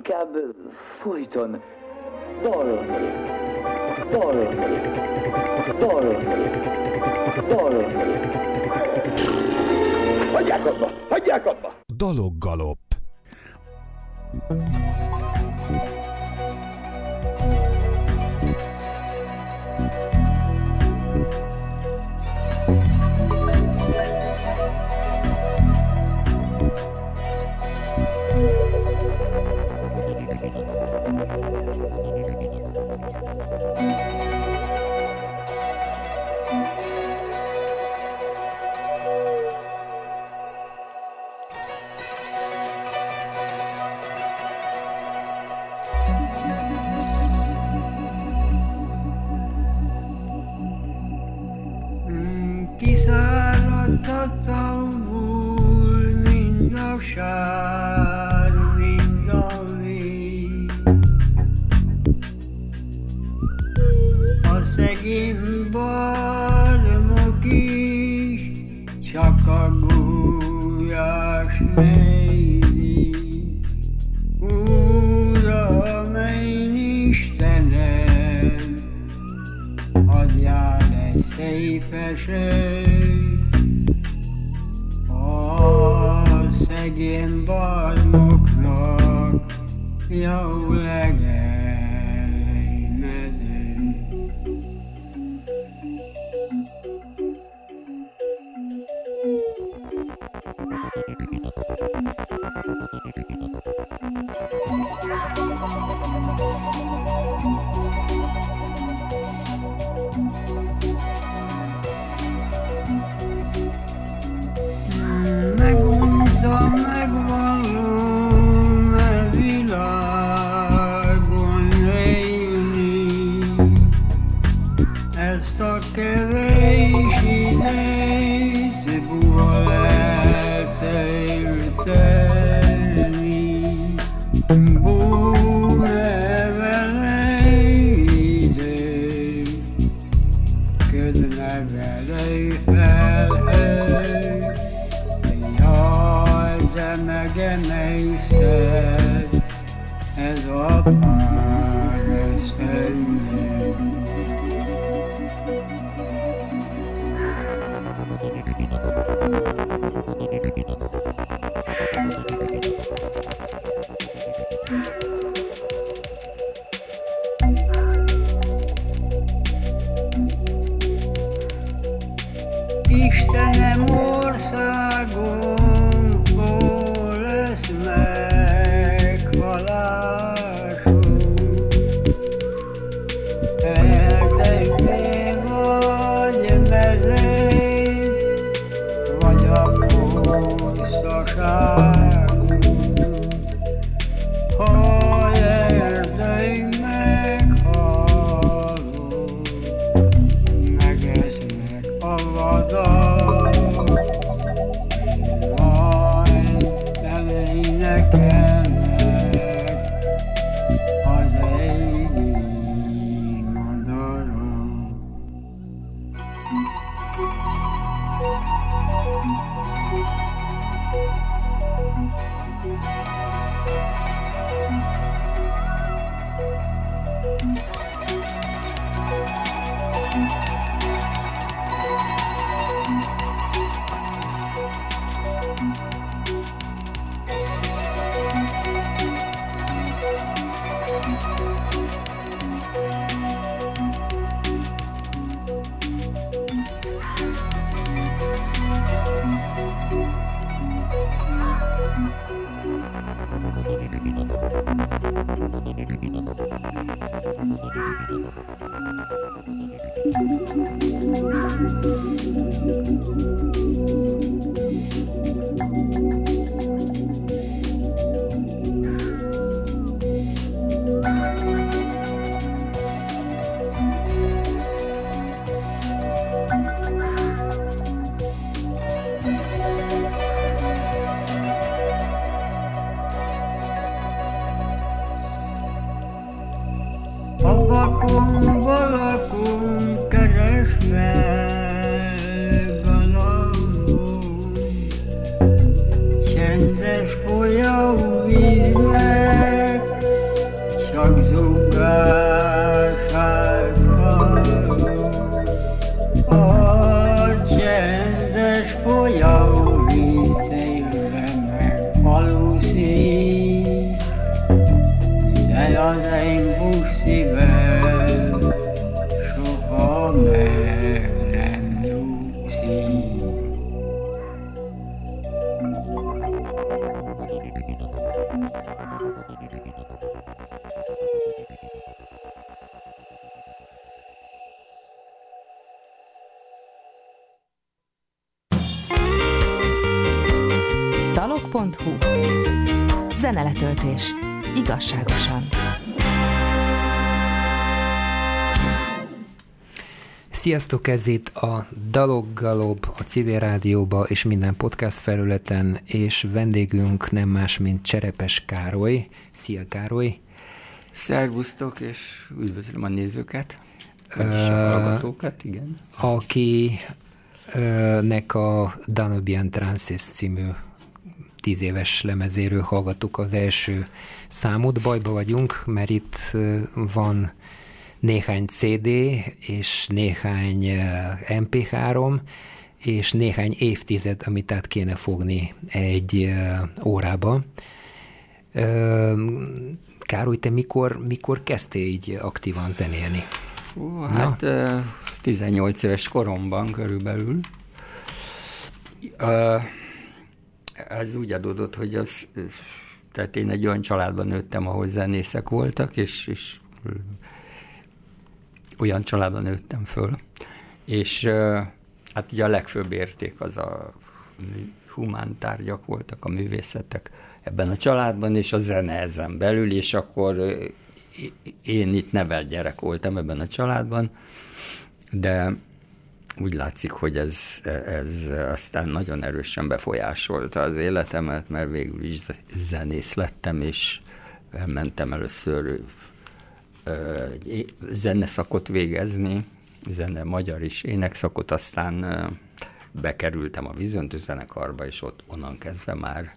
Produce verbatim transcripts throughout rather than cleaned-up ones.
inkább folyton dalolni, dalolni, dalolni, dalolni. Hagyják abba! Hagyják abba! Daloggalop. Kiszáradt a tavul, mind a sár, mind a víz. A szegény barmok is csak a gulyás nézi. Uram, én Istenem, adjál egy szép esélyt a szegény barmoknak, jó legény mező. Megmondtam, megvallom, e világon élni, ezt a kevés idejt buha lehet élteni. Búne vele idő, ködne vele felhely. Jaj, de megemészed, ez a párosztály. Istenem, országom, hol lesz meghalásunk? Erdekben vagy mezőn, vagy a pusztaságunk. Ha erdőink meghalunk, megesznek a vadak, majd elénekelnek az égi madarak. A vakon valakon keres meg a napot, csendes folyóvíznek dalok pont hu. Zeneletöltés. Igazságosan. Sziasztok, ez itt a Dalok Galob, a Civil Rádióba és minden podcast felületen, és vendégünk nem más, mint Cserepes Károly. Szia, Károly! Szervusztok, és üdvözlöm a nézőket, vagyis a hallgatókat, igen. Akinek a Danubian Trances című tíz éves lemezéről hallgattuk az első számot. Bajba vagyunk, mert itt van néhány cé dé, és néhány em pé három, és néhány évtized, amit át kéne fogni egy órába. Károly, te mikor, mikor kezdtél így aktívan zenélni? Ó, hát Na? tizennyolc éves koromban körülbelül. Ez úgy adódott, hogy az, tehát én egy olyan családban nőttem, ahol zenészek voltak, és, és olyan családban nőttem föl, és hát ugye a legfőbb érték az a humán tárgyak voltak, a művészetek ebben a családban, és a zene ezen belül, és akkor én itt nevelt gyerek voltam ebben a családban, de úgy látszik, hogy ez, ez aztán nagyon erősen befolyásolta az életemet, mert végül is zenész lettem, és elmentem először egy zeneszakot végezni, zene, magyar is énekszakot, aztán bekerültem a Vízöntő zenekarba, és ott onnan kezdve már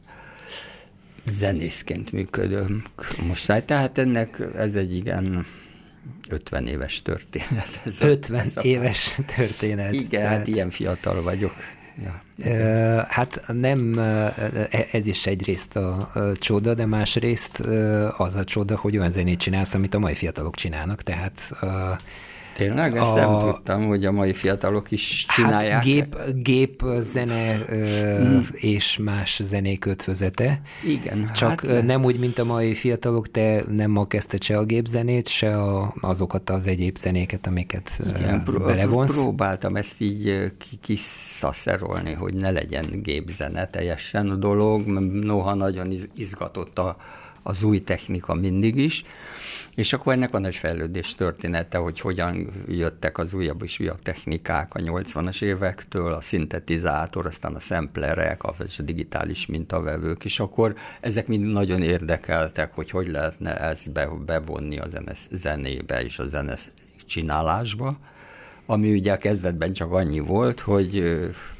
zenészként működöm most. Tehát ennek ez egy igen ötven éves történet. Ez ötven a, ez éves a... történet. Igen, tehát... hát ilyen fiatal vagyok. Ja. Uh, hát nem, ez is egyrészt a, a csoda, de másrészt az a csoda, hogy olyan zenét csinálsz, amit a mai fiatalok csinálnak, tehát... Uh, Tényleg? Ezt a, nem tudtam, hogy a mai fiatalok is csinálják. Hát gép, gép zene hmm. és más zenék ötvözete. Igen. Csak hát nem úgy, mint a mai fiatalok, te nem ma kezdted se a gépzenét, se a, azokat az egyéb zenéket, amiket Igen, belevonsz. Próbáltam ezt így kiszaszerolni, hogy ne legyen gépzene teljesen a dolog, noha nagyon izgatott a, az új technika mindig is. És akkor ennek van egy fejlődés története, hogy hogyan jöttek az újabb és újabb technikák a nyolcvanas évektől, a szintetizátor, aztán a szemplerek, a digitális mintavevők, és akkor ezek mind nagyon érdekeltek, hogy hogy lehetne ezt bevonni a zene, zenébe és a zene csinálásba, ami ugye a kezdetben csak annyi volt, hogy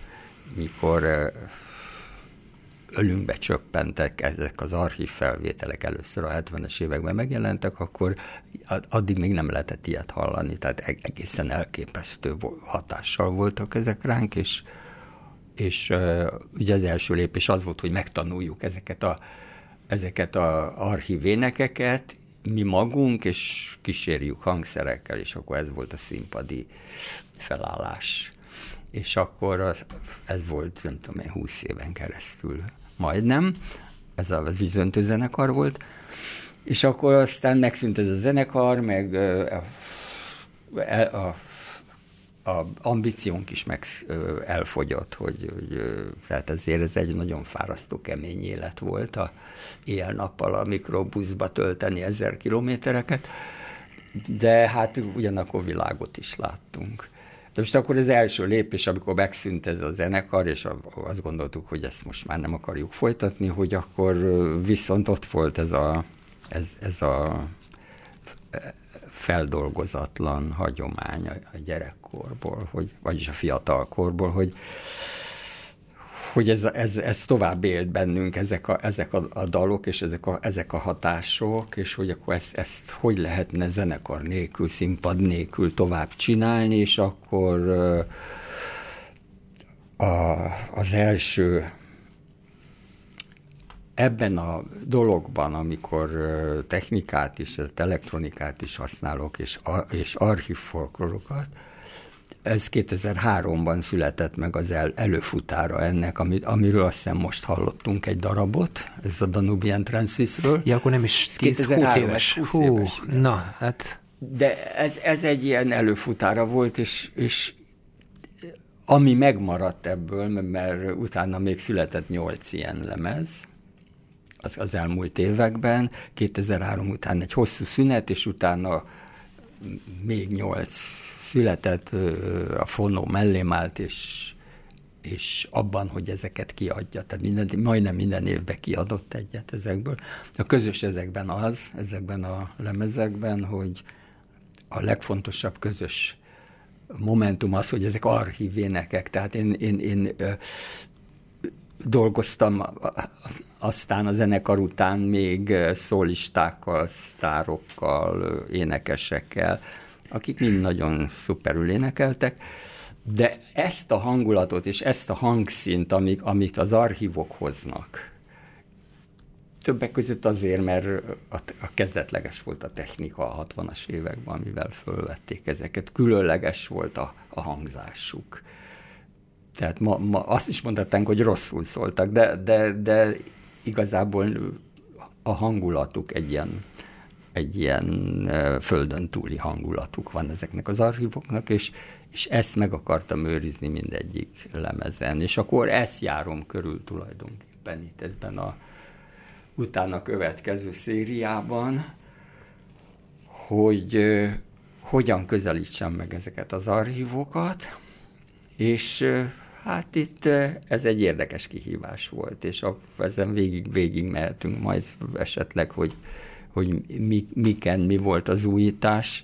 mikor ölünkbe csöppentek ezek az archív felvételek, először a hetvenes években megjelentek, akkor addig még nem lehetett ilyet hallani, tehát egészen elképesztő hatással voltak ezek ránk, és, és uh, ugye az első lépés az volt, hogy megtanuljuk ezeket a, ezeket a archív énekeket, mi magunk, és kísérjük hangszerekkel, és akkor ez volt a színpadi felállás. És akkor az, ez volt, nem tudom én, húsz éven keresztül majdnem, ez a Vízöntő zenekar volt, és akkor aztán megszűnt ez a zenekar, meg a, a, a ambíciónk is meg elfogyott, hogy, hogy tehát ezért ez egy nagyon fárasztó, kemény élet volt, a éjjel-nappal a mikrobuszba tölteni ezer kilométereket, de hát ugyanakkor világot is láttunk. De most akkor az első lépés, amikor megszűnt ez a zenekar, és azt gondoltuk, hogy ezt most már nem akarjuk folytatni, hogy akkor viszont ott volt ez a, ez, ez a feldolgozatlan hagyomány a gyerekkorból, hogy, vagyis a fiatalkorból, hogy, hogy ez, ez, ez tovább élt bennünk, ezek a, ezek a, a dalok, és ezek a, ezek a hatások, és hogy akkor ezt, ezt hogy lehetne zenekar nélkül, színpad nélkül tovább csinálni, és akkor a, az első ebben a dologban, amikor technikát is, elektronikát is használok, és, és archív folklorokat, ez kétezer-háromban született meg az el, előfutára ennek, amit, amiről azt hiszem most hallottunk egy darabot, ez a Danubian Transisről. Ja, akkor nem is tíz-húsz éves. húsz Hú, éves, na, hát... De ez, ez egy ilyen előfutára volt, és, és ami megmaradt ebből, mert utána még született nyolc ilyen lemez, az, az elmúlt években, kétezer-három után egy hosszú szünet, és utána még nyolc született, a Fonó mellém állt, és, és abban, hogy ezeket kiadja. Tehát minden, majdnem minden évben kiadott egyet ezekből. A közös ezekben az, ezekben a lemezekben, hogy a legfontosabb közös momentum az, hogy ezek archív énekek. Tehát én, én, én ö, dolgoztam aztán a zenekar után még szólistákkal, sztárokkal, énekesekkel, akik mind nagyon szuperül énekeltek, de ezt a hangulatot és ezt a hangszínt, amit, amit az archívok hoznak, többek között azért, mert a, a kezdetleges volt a technika a hatvanas években, amivel fölvették ezeket. Különleges volt a, a hangzásuk. Tehát ma, ma azt is mondhatnánk, hogy rosszul szóltak, de, de, de igazából a hangulatuk egy ilyen, egy ilyen földön túli hangulatuk van ezeknek az archívoknak, és, és ezt meg akartam őrizni mindegyik lemezen. És akkor ezt járom körül tulajdonképpen itt ebben a utána következő szériában, hogy uh, hogyan közelítsem meg ezeket az archívokat, és uh, hát itt uh, ez egy érdekes kihívás volt, és a, ezen végig, végig mehetünk majd esetleg, hogy, hogy mi, miken mi volt az újítás.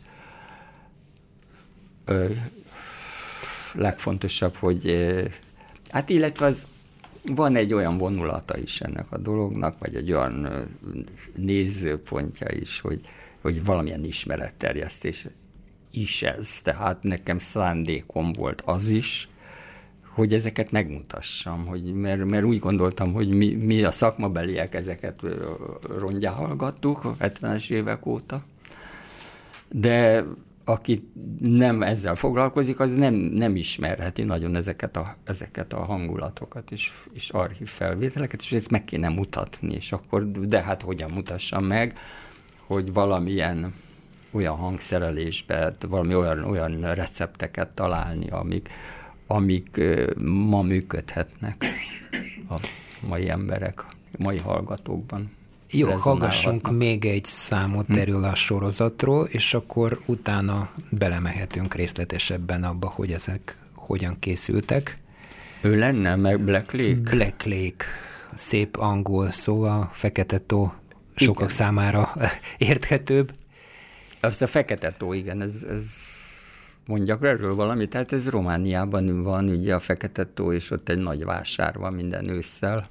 Uh, legfontosabb, hogy uh, hát illetve az van egy olyan vonulata is ennek a dolognak, vagy egy olyan nézőpontja is, hogy, hogy valamilyen ismeretterjesztés is ez. Tehát nekem szándékom volt az is, hogy ezeket megmutassam, hogy, mert, mert úgy gondoltam, hogy mi, mi a szakmabeliek ezeket rongyá hallgattuk a hetvenes évek óta, de aki nem ezzel foglalkozik, az nem, nem ismerheti nagyon ezeket a, ezeket a hangulatokat és, és archív felvételeket, és ezt meg kéne mutatni, és akkor, de hát hogyan mutassam meg, hogy valamilyen olyan hangszerelésbe, valami olyan, olyan recepteket találni, amik, amik ma működhetnek a mai emberek, mai hallgatókban. Jó, hallgassunk még egy számot hm. erről a sorozatról, és akkor utána belemehetünk részletesebben abba, hogy ezek hogyan készültek. Ő lenne, meg Black Lake? Black Lake, szép angol szóval, Fekete tó, sokak igen. számára érthetőbb. Az a Fekete tó, igen, ez, ez mondjak erről valamit, tehát ez Romániában van, ugye a Fekete tó, és ott egy nagy vásár van minden ősszel,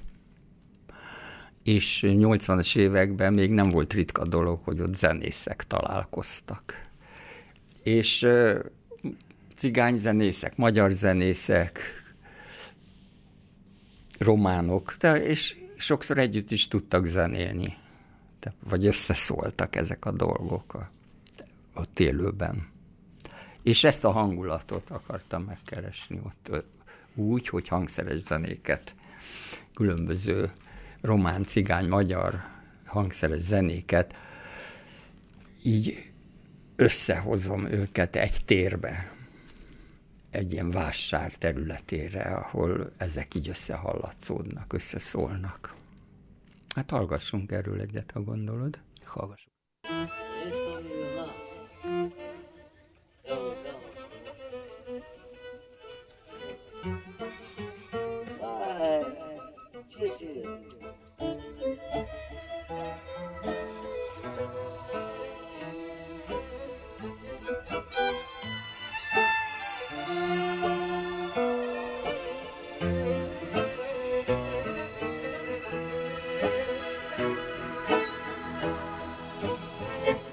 és nyolcvanas években még nem volt ritka dolog, hogy ott zenészek találkoztak. És cigányzenészek, magyar zenészek, románok, de, és sokszor együtt is tudtak zenélni, de, vagy összeszóltak ezek a dolgok a, ott élőben. És ezt a hangulatot akartam megkeresni ott úgy, hogy hangszeres zenéket, különböző román, cigány, magyar hangszeres zenéket, így összehozom őket egy térbe, egy ilyen vásár területére, ahol ezek így összehallatszódnak, összeszólnak. Hát hallgassunk erről egyet, ha gondolod. Hallgassunk. Thank you.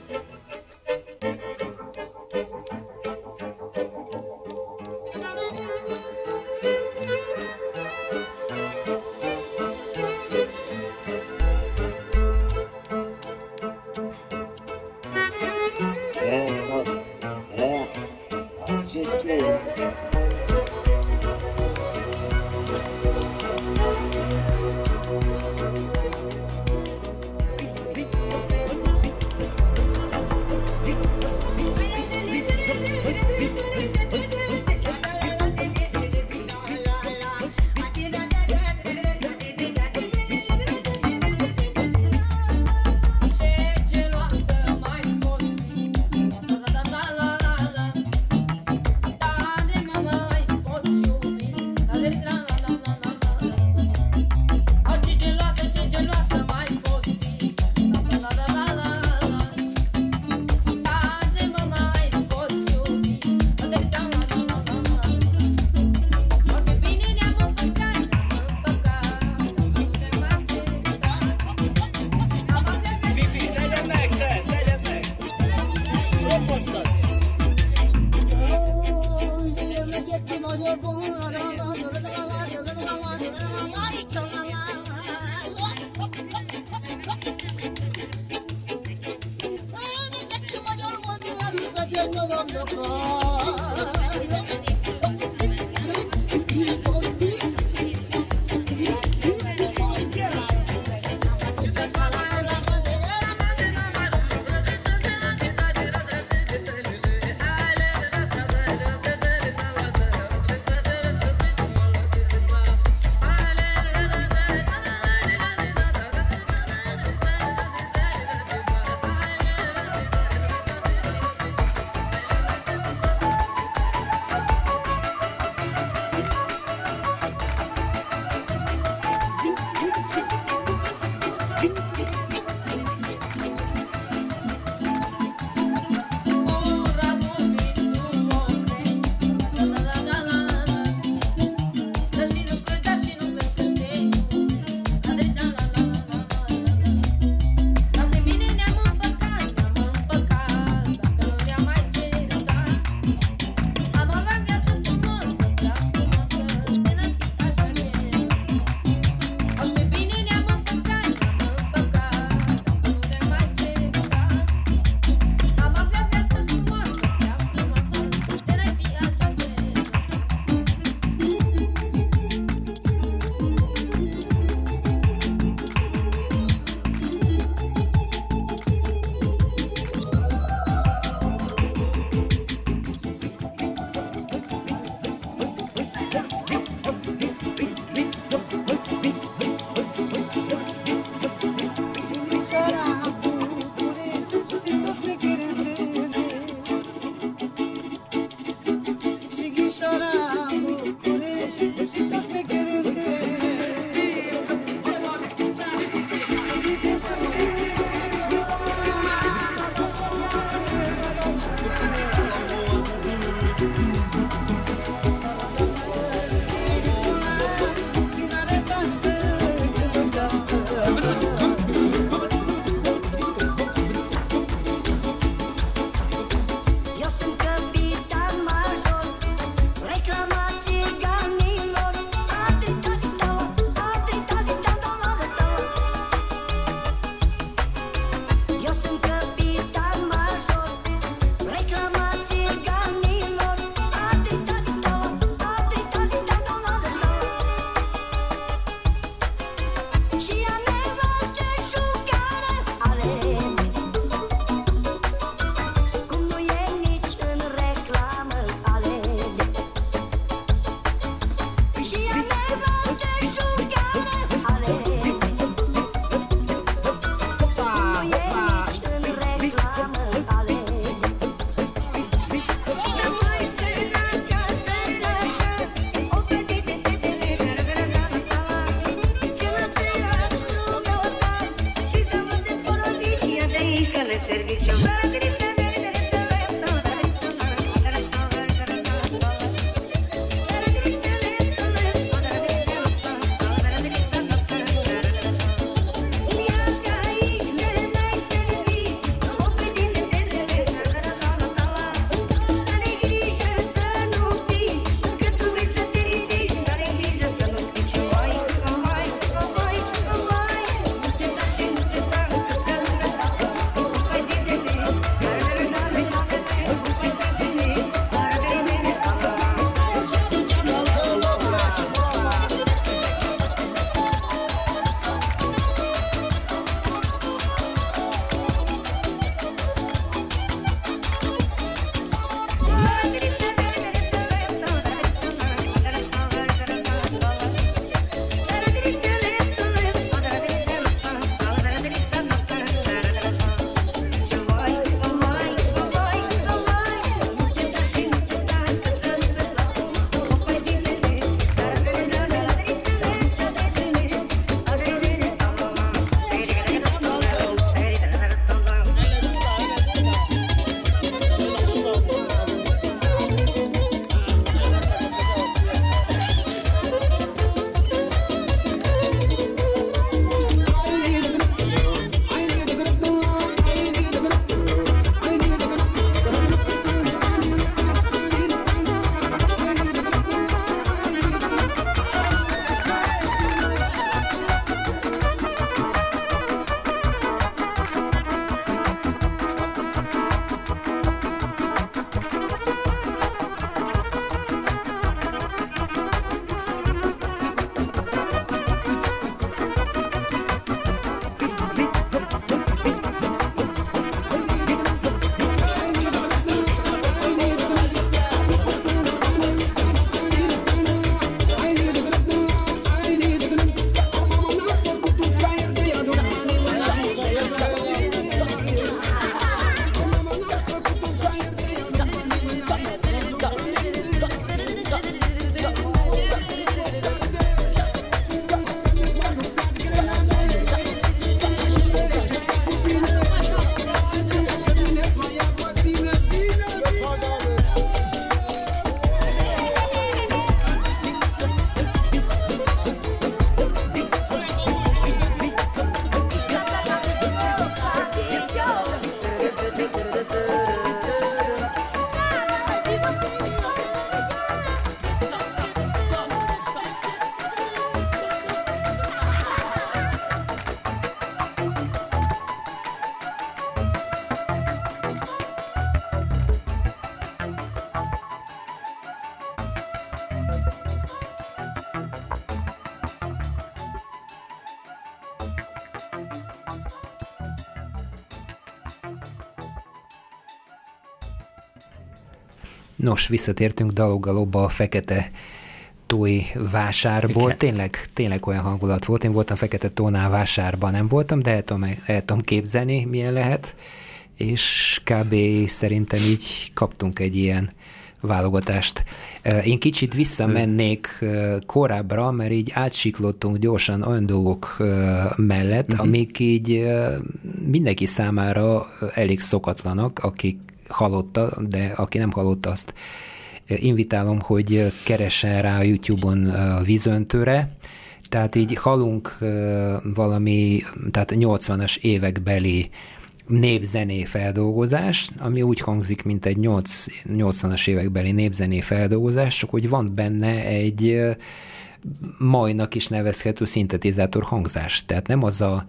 Nos, visszatértünk Daloggalóba a Fekete Tói vásárból. Tényleg, tényleg olyan hangulat volt. Én voltam Fekete Tónál vásárban, nem voltam, de el tudom, el tudom képzelni, milyen lehet. És kb. Szerintem így kaptunk egy ilyen válogatást. Én kicsit visszamennék korábbra, mert így átsiklottunk gyorsan olyan dolgok mellett, uh-huh. amik így mindenki számára elég szokatlanak, akik hallotta, de aki nem hallotta, azt invitálom, hogy keressen rá a YouTube-on a vízöntőre. Tehát így hallunk valami, tehát a nyolcvanas évekbeli népzené feldolgozás, ami úgy hangzik, mint egy nyolcvanas évekbeli népzené feldolgozás, csak hogy van benne egy majnak is nevezhető szintetizátor hangzás. Tehát nem az a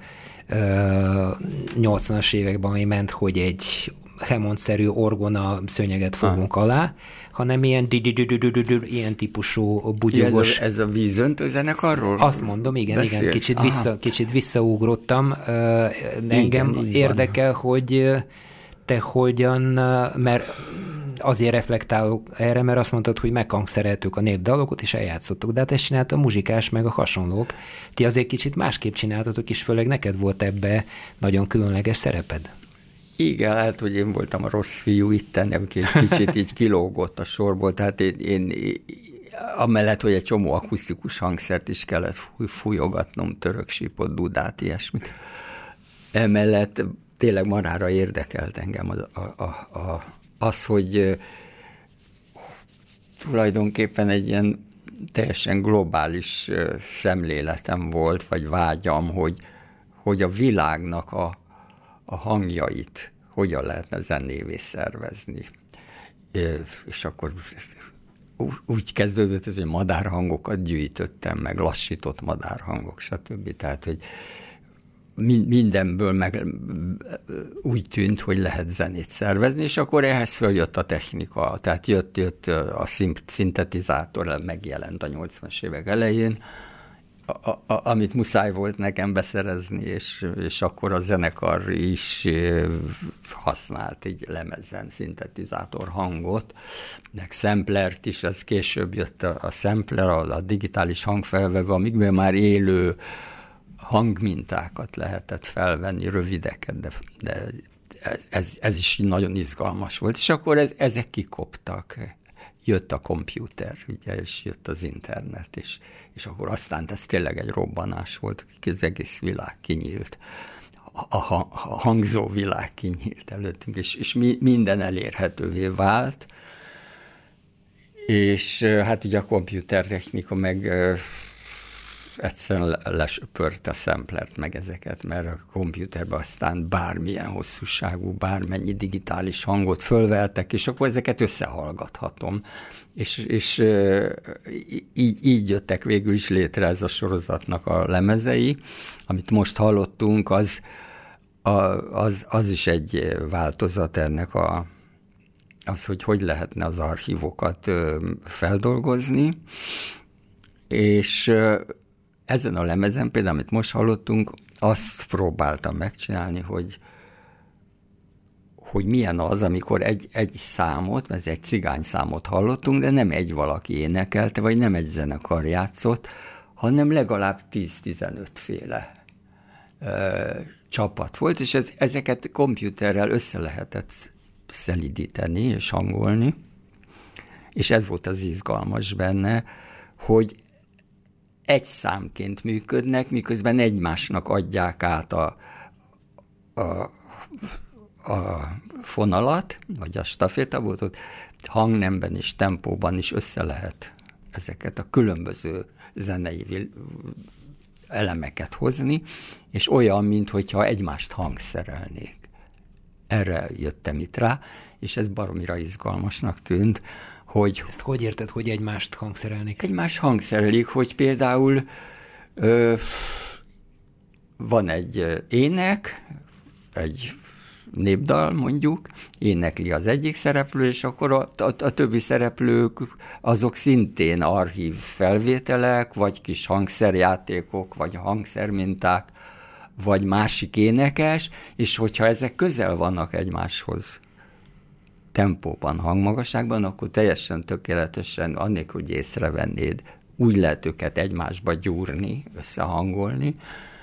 nyolcvanas években, ami ment, hogy egy Hammond-szerű orgona szőnyeget fogunk ah. alá, hanem ilyen ilyen típusú bugyogos... Ez a, ez a vízöntő zenekarról? Azt mondom, igen, beszélsz? igen, kicsit, vissza, kicsit visszaugrottam. Engem igen, érdekel, van. hogy te hogyan, mert azért reflektálok erre, mert azt mondtad, hogy meghangszereltük a népdalokat, és eljátszottuk, de hát ezt csinálta a muzsikás, meg a hasonlók. Ti azért kicsit másképp csináltatok, és főleg neked volt ebbe nagyon különleges szereped. Igen, lehet, hogy én voltam a rossz fiú itt, nem kicsit így kilógott a sorból, tehát én, én amellett, hogy egy csomó akusztikus hangszert is kellett fúj, fújogatnom, török sípot, dudát, ilyesmit. Emellett tényleg marára érdekelt engem az, a, a, a, az hogy tulajdonképpen egy ilyen teljesen globális szemléletem volt, vagy vágyam, hogy, hogy a világnak a a hangjait hogyan lehetne zenévé szervezni. És akkor úgy kezdődött, hogy madárhangokat gyűjtöttem, meg lassított madárhangok, stb. Tehát, hogy mindenből meg úgy tűnt, hogy lehet zenét szervezni, és akkor ehhez följött a technika. Tehát jött, jött a szintetizátor, megjelent a nyolcvanas évek elején, A, a, amit muszáj volt nekem beszerezni, és, és akkor a zenekar is használt egy lemezen szintetizátor hangot, meg samplert is, az később jött a, a sampler, a, a digitális hangfelvevő, amikből már élő hangmintákat lehetett felvenni, rövideket, de, de ez, ez, ez is nagyon izgalmas volt, és akkor ez, ezek kikoptak. Jött a komputer, ugye, és jött az internet, és, és akkor aztán ez tényleg egy robbanás volt, az egész világ kinyílt. A, a, a hangzó világ kinyílt előttünk, és, és mi, minden elérhetővé vált, és hát ugye a komputertechnika meg egyszerűen lesöpört a samplert, meg ezeket, mert a komputerben aztán bármilyen hosszúságú, bármennyi digitális hangot fölveltek, és akkor ezeket összehallgathatom. És, és így, így jöttek végül is létre ez a sorozatnak a lemezei. Amit most hallottunk, az, az, az is egy változat ennek a, az, hogy hogy lehetne az archívokat feldolgozni, és ezen a lemezen, például, amit most hallottunk, azt próbáltam megcsinálni, hogy, hogy milyen az, amikor egy, egy számot, mert egy cigány számot hallottunk, de nem egy valaki énekelte, vagy nem egy zenekar játszott, hanem legalább tíz-tizenöt féle ö, csapat volt, és ez, ezeket komputerrel össze lehetett szelidíteni és hangolni, és ez volt az izgalmas benne, hogy egy számként működnek, miközben egymásnak adják át a, a, a fonalat, vagy a stafétabotot, hangnemben és tempóban is össze lehet ezeket a különböző zenei elemeket hozni, és olyan, minthogyha egymást hangszerelnék. Erre jöttem itt rá, és ez baromira izgalmasnak tűnt, hogy... Ezt hogy érted, hogy egymást hangszerelnék? Egymást hangszerelik, hogy például ö, van egy ének, egy népdal mondjuk, énekli az egyik szereplő, és akkor a, a, a többi szereplők azok szintén archív felvételek, vagy kis hangszerjátékok, vagy hangszerminták, vagy másik énekes, és hogyha ezek közel vannak egymáshoz, tempóban, hangmagasságban, akkor teljesen tökéletesen, annélkül, hogy észrevennéd, úgy lehet őket egymásba gyúrni, összehangolni,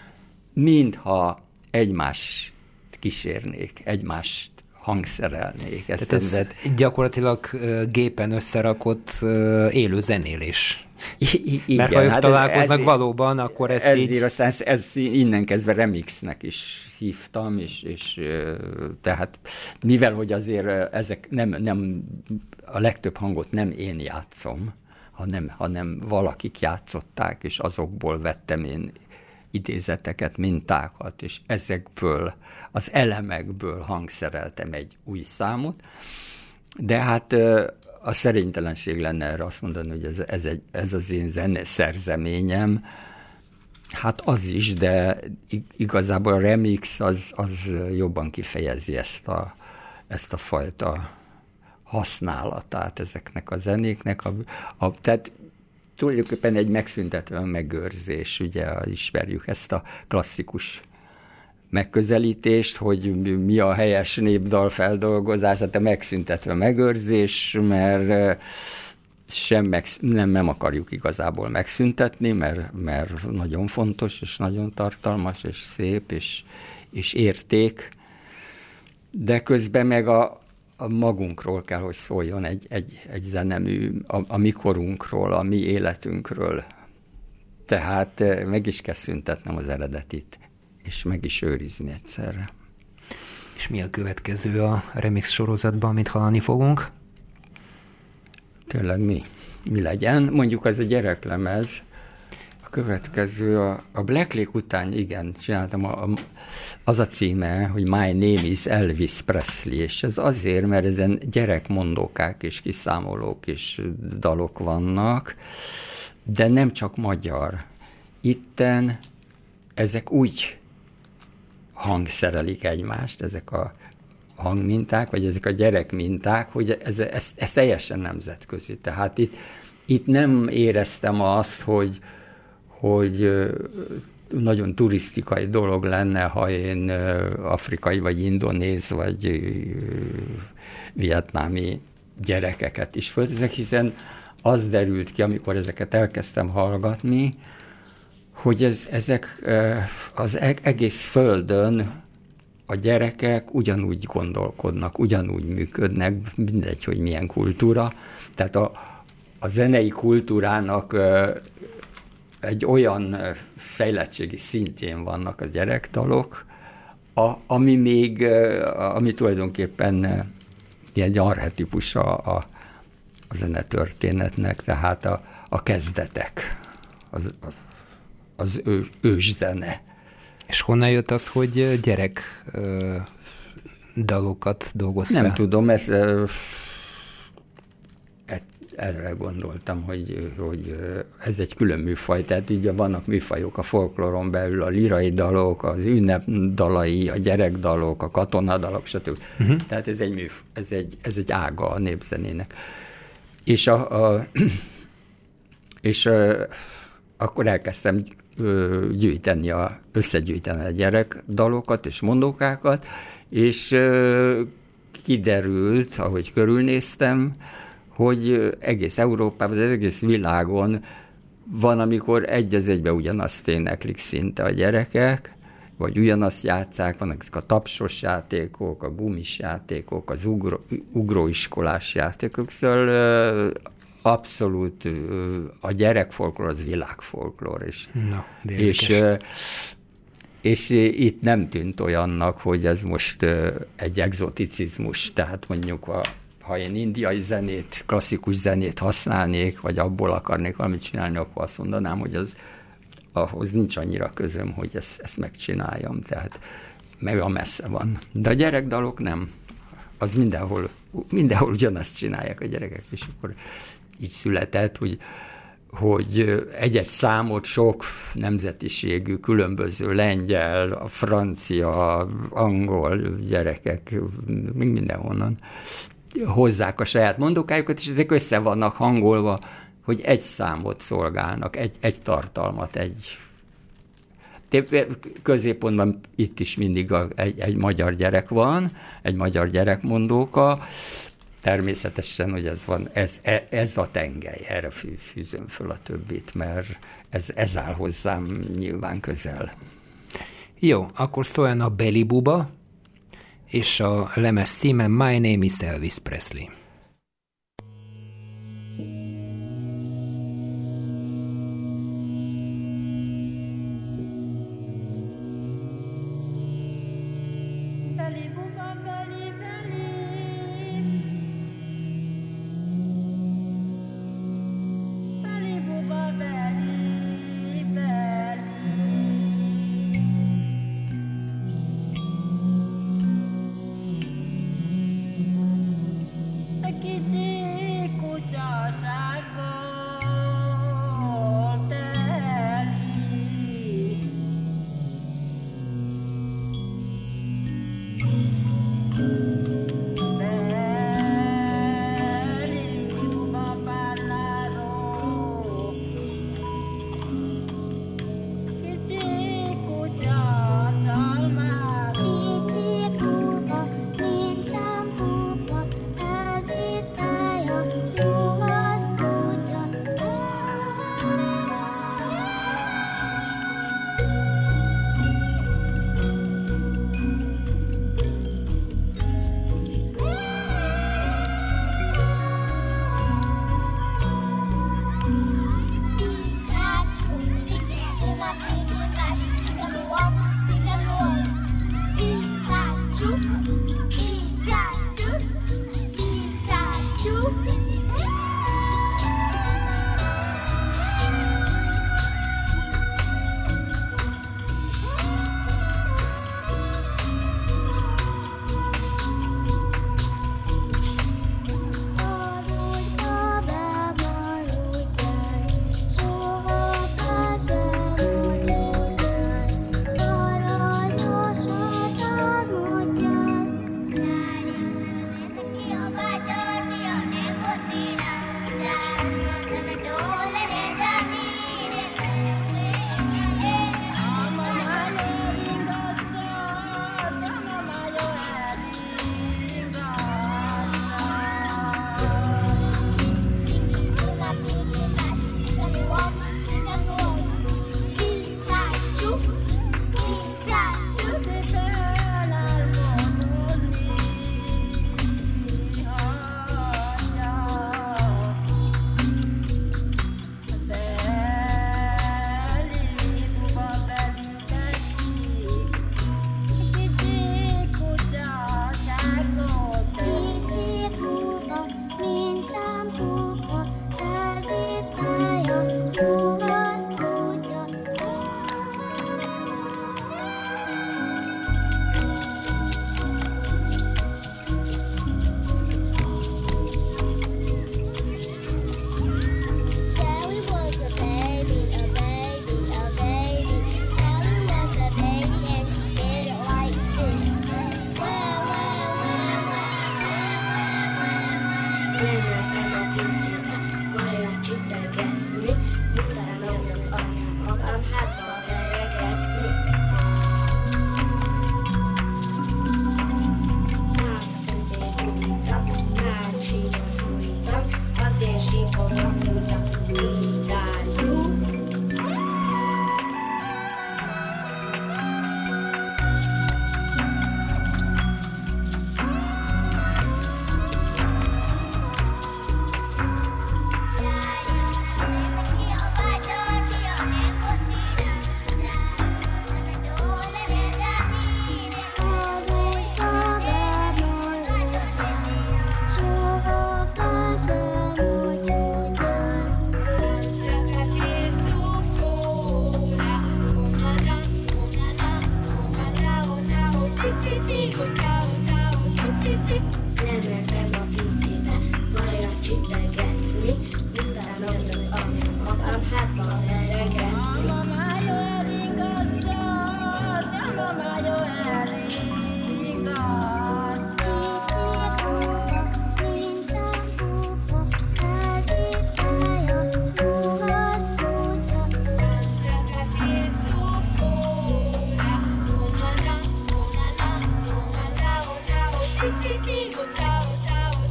mintha egymást kísérnék, egymást hangszerelnék. Ezt Tehát ez ember... gyakorlatilag gépen összerakott élő zenélés. I- igen, Mert ha ők hát találkoznak ez, valóban, akkor ezt ez így... Aztán ez, ez innen kezdve remixnek is hívtam, és, és tehát mivel, hogy azért ezek nem, nem, a legtöbb hangot nem én játszom, hanem, hanem valakik játszották, és azokból vettem én idézeteket, mintákat, és ezekből, az elemekből hangszereltem egy új számot, de hát a szerénytelenség lenne erre azt mondani, hogy ez, ez, egy, ez az én zeneszerzeményem, hát az is, de igazából a remix az, az jobban kifejezi ezt a, ezt a fajta használatát ezeknek a zenéknek. A, a, tehát tulajdonképpen egy megszüntetve megőrzés, ugye ismerjük ezt a klasszikus megközelítést, hogy mi a helyes népdal feldolgozás, hát a megszüntetve megőrzés, mert sem meg, nem, nem akarjuk igazából megszüntetni, mert, mert nagyon fontos, és nagyon tartalmas, és szép, és, és érték, de közben meg a, a magunkról kell, hogy szóljon egy, egy, egy zenemű, a, a mi korunkról, a mi életünkről. Tehát meg is kell szüntetnem az eredetit, és meg is őrizni egyszerre. És mi a következő a remix sorozatban, amit hallani fogunk? Tényleg mi? Mi legyen? Mondjuk az a gyereklemez. A következő, a, a Black Lake után, igen, csináltam, a, a, az a címe, hogy My Name is Elvis Presley, és ez azért, mert ezen gyerekmondókák és kiszámolók és dalok vannak, de nem csak magyar. Itten ezek úgy hangszerelik egymást, ezek a hangminták, vagy ezek a gyerekminták, hogy ez, ez, ez teljesen nemzetközi. Tehát itt, itt nem éreztem azt, hogy, hogy nagyon turisztikai dolog lenne, ha én afrikai, vagy indonéz, vagy vietnámi gyerekeket is fölteszek, hiszen az derült ki, amikor ezeket elkezdtem hallgatni, hogy ez, ezek az egész földön a gyerekek ugyanúgy gondolkodnak, ugyanúgy működnek, mindegy, hogy milyen kultúra. Tehát a, a zenei kultúrának egy olyan fejlettségi szintjén vannak a gyerekdalok, a, ami még, ami tulajdonképpen ilyen archetipusa a, a zenetörténetnek, tehát a, a kezdetek, az, az ő, őszene. És honnan jött az, hogy gyerek ö, dalokat dolgoz fel? Nem tudom, ez, ö, erre gondoltam, hogy, hogy ez egy külön műfaj, tehát ugye vannak műfajok a folkloron belül, a lirai dalok, az ünnepdalai, a gyerekdalok, a katonadalok, stb. Uh-huh. Tehát ez egy, műf, ez, egy, ez egy ága a népzenének. És, a, a, és a, akkor elkezdtem gyűjteni, a, összegyűjteni a gyerekdalokat és mondókákat, és kiderült, ahogy körülnéztem, hogy egész Európában, az egész világon van, amikor egy az egybe ugyanazt éneklik szinte a gyerekek, vagy ugyanazt játsszák, vannak ezek a tapsos játékok, a gumis játékok, az ugró, ugróiskolás játékok, szóval abszolút a gyerekfolklór az világfolklór is. Na, és, és itt nem tűnt olyannak, hogy ez most egy egzoticizmus, tehát mondjuk a ha én indiai zenét, klasszikus zenét használnék, vagy abból akarnék valamit csinálni, akkor azt mondanám, hogy az, ahhoz nincs annyira közöm, hogy ezt, ezt megcsináljam, tehát meg a messze van. De a gyerekdalok nem. Az mindenhol, mindenhol ugyanazt csinálják a gyerekek, és akkor így született, hogy, hogy egy-egy számot sok nemzetiségű, különböző lengyel, a francia, angol gyerekek, még mindenhonnan hozzák a saját mondókájukat, és ezek össze vannak hangolva, hogy egy számot szolgálnak, egy, egy tartalmat, egy középpontban itt is mindig a, egy, egy magyar gyerek van, egy magyar gyerekmondóka, természetesen, hogy ez van, ez, ez a tengely, erre fűzöm föl a többit, mert ez, ez áll hozzám nyilván közel. Jó, akkor szóljon a Belly Buba, és a lemez címe My Name is Elvis Presley.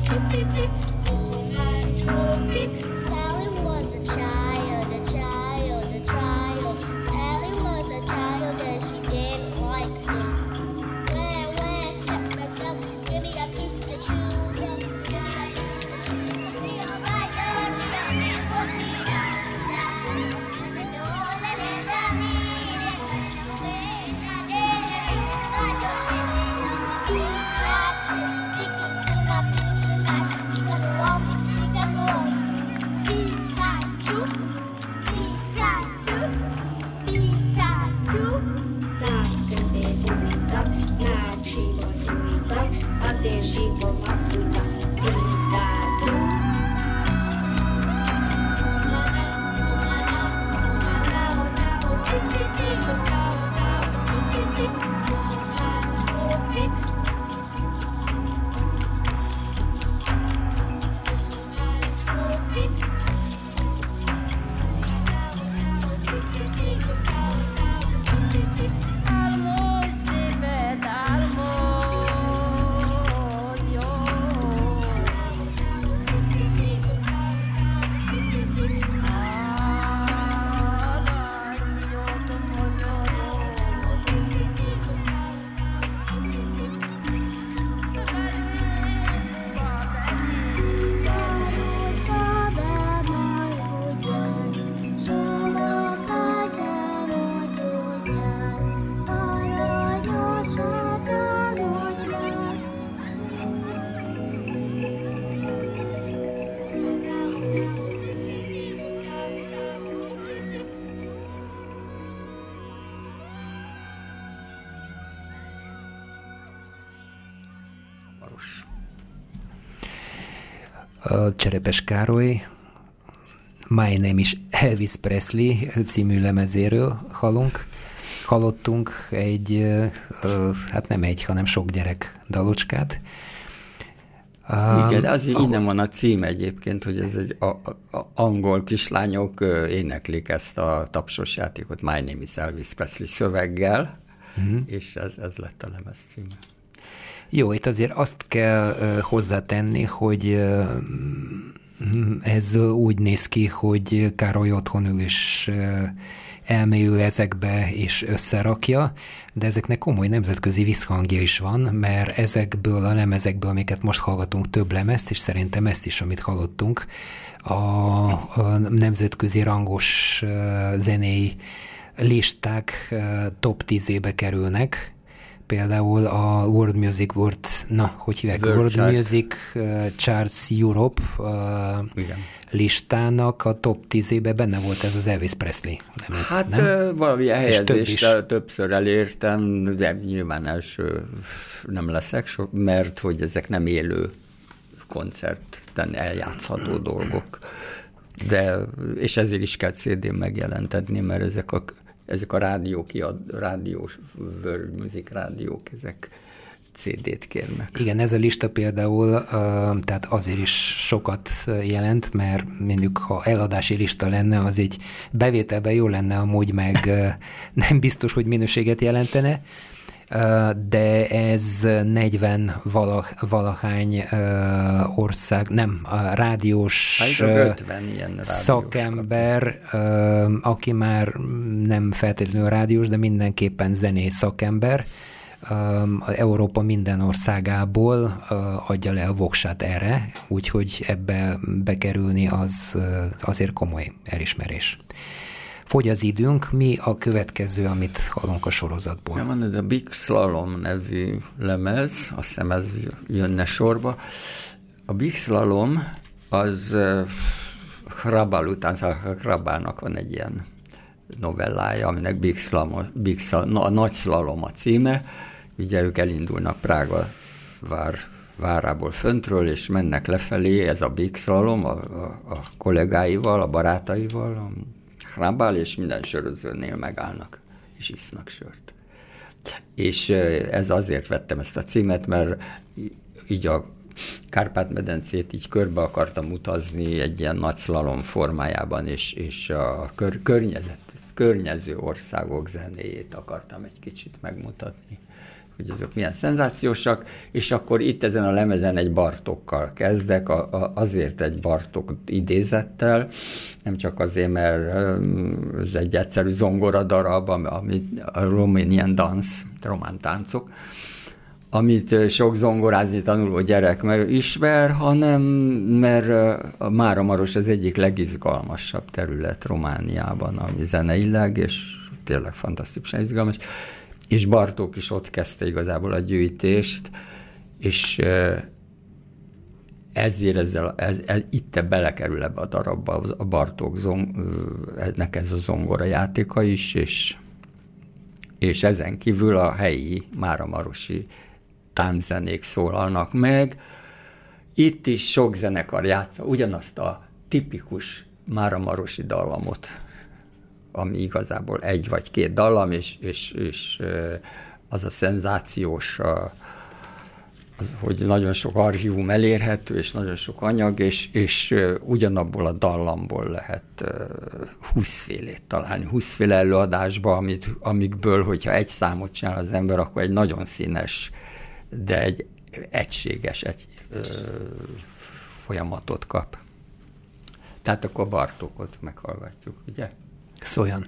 Sally was a child, a child, a child. Sally was a child and she didn't like this. When, when, step back down, give me a piece to choose up. Give me a piece to choose up. Be a rider, be a man, put me down. Don't let it down me. Be glad to, be consumed up, be glad to, be glad to walk, be glad to walk. Be glad to, be glad to, be glad to. Nem közé fújtak, nem sípot nyújtak, azért sípom azt fújtak, mindátú. Cserepes Károly My Name is Elvis Presley című lemezéről hallunk. Hallottunk egy, hát nem egy, hanem sok gyerek dalocskát. Igen, az um, innen van a cím egyébként, hogy ez egy a, a, angol kislányok éneklik ezt a tapsos játékot My Name is Elvis Presley szöveggel, uh-huh. és ez, ez lett a lemez címe. Jó, itt azért azt kell uh, hozzátenni, hogy uh, ez úgy néz ki, hogy Károly otthon ül és uh, elmélyül ezekbe és összerakja, de ezeknek komoly nemzetközi visszhangja is van, mert ezekből a lemezekből, amiket most hallgatunk, több lemezt, és szerintem ezt is, amit hallottunk, a, a nemzetközi rangos uh, zenei listák uh, top tízébe kerülnek. Például a World Music World, na, hogy hívják? World, World Chart. Music uh, Charts Europe uh, listának a top tízébe benne volt ez az Elvis Presley lemez, hát nem? valamilyen helyezésre többször elértem, de nyilván első nem leszek, mert hogy ezek nem élő koncerten eljátszható dolgok. De, és ezért is kell cé dén megjelentetni, mert ezek a Ezek a rádió kiad, rádiós, World Music rádiók, ezek cé dét kérnek. Igen, ez a lista például uh, tehát azért is sokat jelent, mert mondjuk, ha eladási lista lenne, az egy bevételben jó lenne, amúgy meg uh, nem biztos, hogy minőséget jelentene, uh, de ez negyven vala, valahány uh, ország, nem, a rádiós uh, szakember, uh, aki már nem feltétlenül rádiós, de mindenképpen zenész szakember, uh, Európa minden országából uh, adja le a voksát erre, úgyhogy ebbe bekerülni az uh, azért komoly elismerés. Fogy az időnk, mi a következő, amit hallunk a sorozatból? Nem, van ez a Big Slalom nevű lemez, azt hiszem ez jönne sorba. A Big Slalom az uh, Hrabal után, Hrabálnak van egy ilyen novellája, aminek Big Slalom, Big Slalom, a Nagy Slalom a címe. Ugye ők elindulnak Prága vár, várából föntről, és mennek lefelé, ez a Big Slalom a, a, a kollégáival, a barátaival, a Hrabal, és minden sörözőnél megállnak, és isznak sört. És ez azért vettem ezt a címet, mert így a Kárpát-medencét így körbe akartam utazni egy ilyen nagy szlalom formájában, és, és a kör, környezet, környező országok zenéjét akartam egy kicsit megmutatni. hogy azok milyen szenzációsak, és akkor itt ezen a lemezen egy Bartókkal kezdek, a, a, azért egy Bartók idézettel, nem csak azért, mert ez egy egyszerű zongora darab, ami a Romanian Dance, román táncok, amit sok zongorázni tanuló gyerek ismer, hanem mert a Máramaros az egyik legizgalmasabb terület Romániában, ami zeneileg, és tényleg fantasztikusan izgalmas. És Bartók is ott kezdte igazából a gyűjtést, és ezért ezzel, ez, ez, itt belekerül ebbe a darabba a Bartók zong, ennek ez a zongora játéka is, és, és ezen kívül a helyi máramarosi tánczenék szólalnak meg. Itt is sok zenekar játsza ugyanazt a tipikus máramarosi dallamot, ami igazából egy vagy két dallam, és, és, és az a szenzációs, az, hogy nagyon sok archívum elérhető, és nagyon sok anyag, és, és ugyanabból a dallamból lehet húszfélét találni, húszféle előadásba, amit, amikből, hogyha egy számot csinál az ember, akkor egy nagyon színes, de egy egységes egy, ö, folyamatot kap. Tehát akkor Bartókot meghallgatjuk, ugye? Szóljon!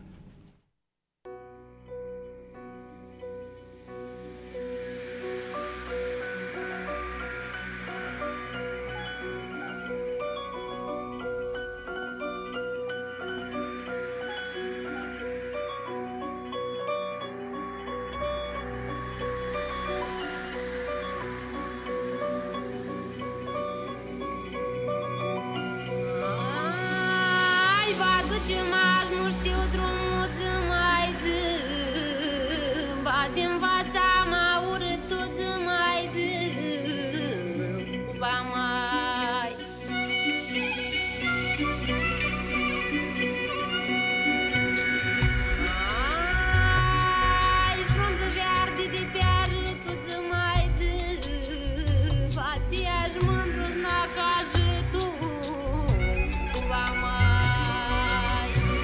Mândru-s n-a ca și tu, va mai.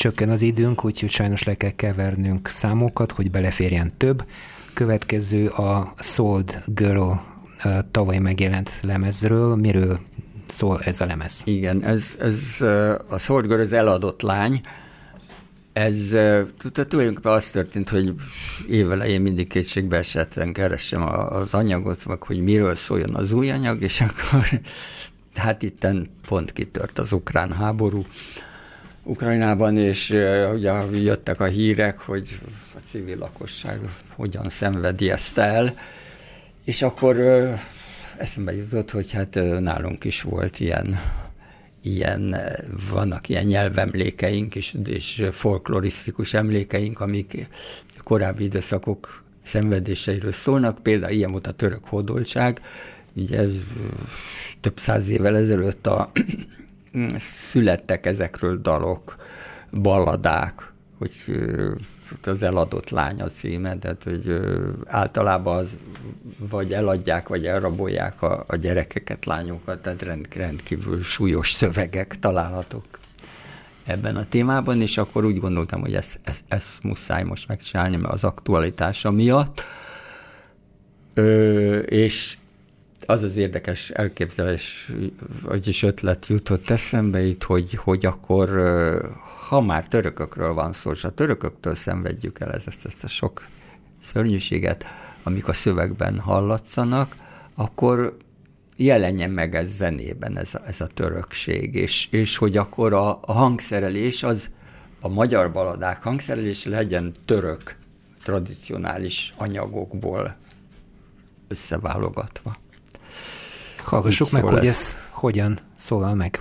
csökken az időnk, úgyhogy sajnos le kell kevernünk számokat, hogy beleférjen több. Következő a Sold Girl tavaly megjelent lemezről. Miről szól ez a lemez? Igen, ez, ez a Sold Girl, az eladott lány. Ez tulajdonképpen az történt, hogy évelején mindig kétségbe esetten keresem az anyagot, meg hogy miről szóljon az új anyag, és akkor hát itten pont kitört az ukrán háború Ukrajnában, és ugye jöttek a hírek, hogy a civil lakosság hogyan szenvedi ezt el, és akkor eszembe jutott, hogy hát nálunk is volt ilyen, ilyen vannak ilyen nyelvemlékeink és, és folklorisztikus emlékeink, amik korábbi időszakok szenvedéseiről szólnak, például ilyen volt a török hódoltság, ugye ez több száz évvel ezelőtt a, születtek ezekről dalok, balladák, hogy az eladott lány a címe, tehát hogy általában az vagy eladják, vagy elrabolják a, a gyerekeket, lányokat, tehát rend, rendkívül súlyos szövegek találhatók ebben a témában, és akkor úgy gondoltam, hogy ezt, ezt, ezt muszáj most megcsinálni, mert az aktualitása miatt. Ö, és az az érdekes elképzelés, vagyis ötlet jutott eszembe itt, hogy, hogy akkor, ha már törökökről van szó, és a törököktől szenvedjük el ezt, ezt a sok szörnyűséget, amik a szövegben hallatszanak, akkor jelenjen meg ez zenében, ez a, ez a törökség, és, és hogy akkor a, a hangszerelés, az a magyar baladák hangszerelés legyen török, tradicionális anyagokból összeválogatva. Hallgassuk meg, hogy ez hogyan szólal meg.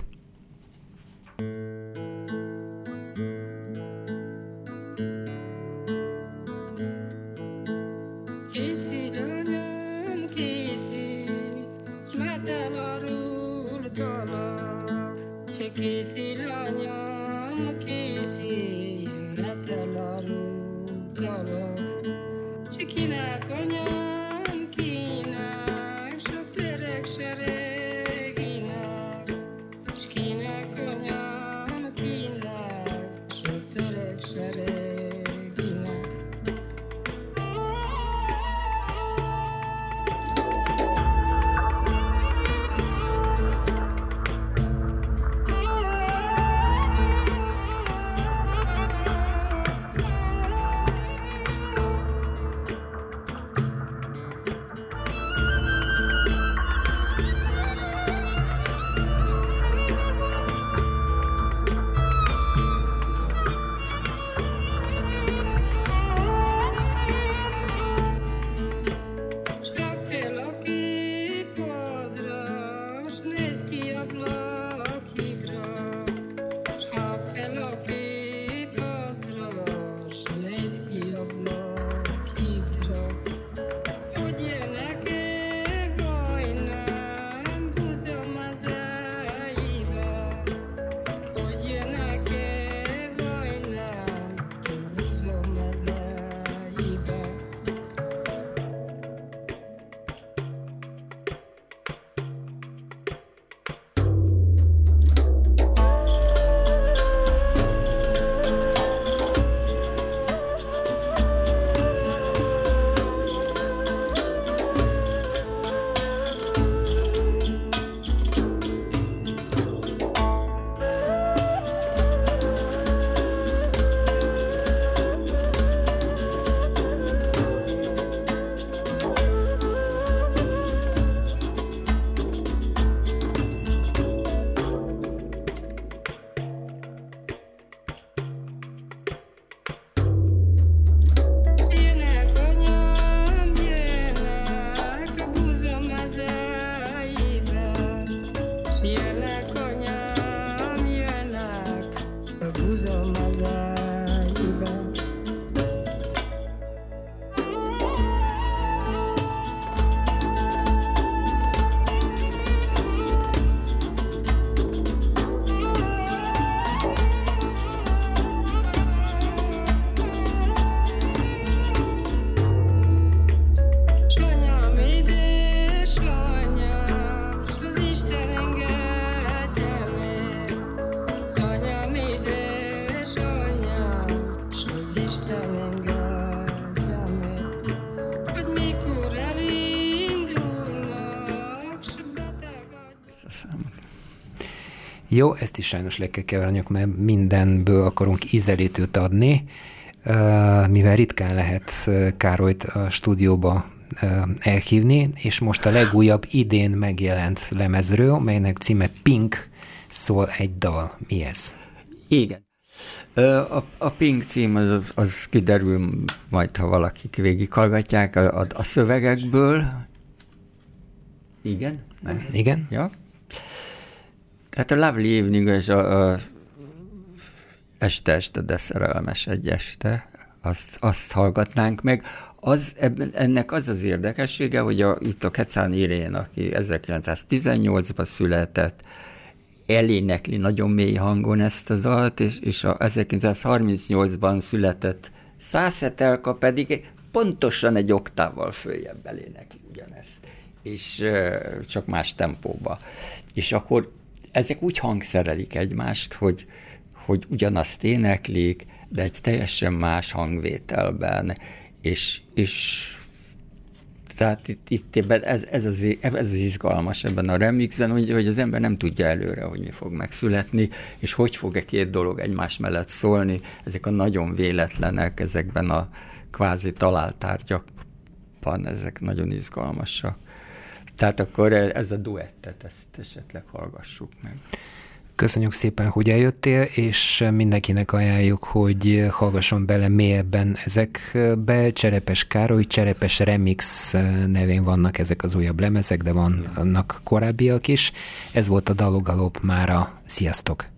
számot. Jó, ezt is sajnos le kell keverniük, mert mindenből akarunk ízelítőt adni, mivel ritkán lehet Károlyt a stúdióba elhívni, és most a legújabb idén megjelent lemezről, melynek címe Pink, szól egy dal. Mi ez? Igen. A, a Pink cím az, az kiderül majd, ha valakik végighallgatják a, a, a szövegekből. Igen? Nem? Igen. Ja. Tehát a Lovely Evening és a, a este-este, de szerelmes egy este, azt, azt hallgatnánk meg. Az, ennek az az érdekessége, hogy a, itt a Kecán Irén, aki ezerkilencszáztizennyolcban született, elénekli nagyon mély hangon ezt az dalt, és, és a ezerkilencszázharmincnyolcban született Szászetelka pedig pontosan egy oktávval följebb elénekli ugyanezt, és uh, csak más tempóba. És akkor ezek úgy hangszerelik egymást, hogy, hogy ugyanazt éneklik, de egy teljesen más hangvételben, és, és tehát itt, itt ebben ez, ez, az, ez az izgalmas ebben a remixben, hogy, hogy az ember nem tudja előre, hogy mi fog megszületni, és hogy fog-e két dolog egymás mellett szólni. Ezek a nagyon véletlenek, ezekben a kvázi találtárgyakban, ezek nagyon izgalmasak. Tehát akkor ez a duettet, ezt esetleg hallgassuk meg. Köszönjük szépen, hogy eljöttél, és mindenkinek ajánljuk, hogy hallgasson bele mélyebben ezekbe. Cserepes Károly, Cserepes Remix nevén vannak ezek az újabb lemezek, de vannak korábbiak is. Ez volt a Dalogalop mára. Sziasztok!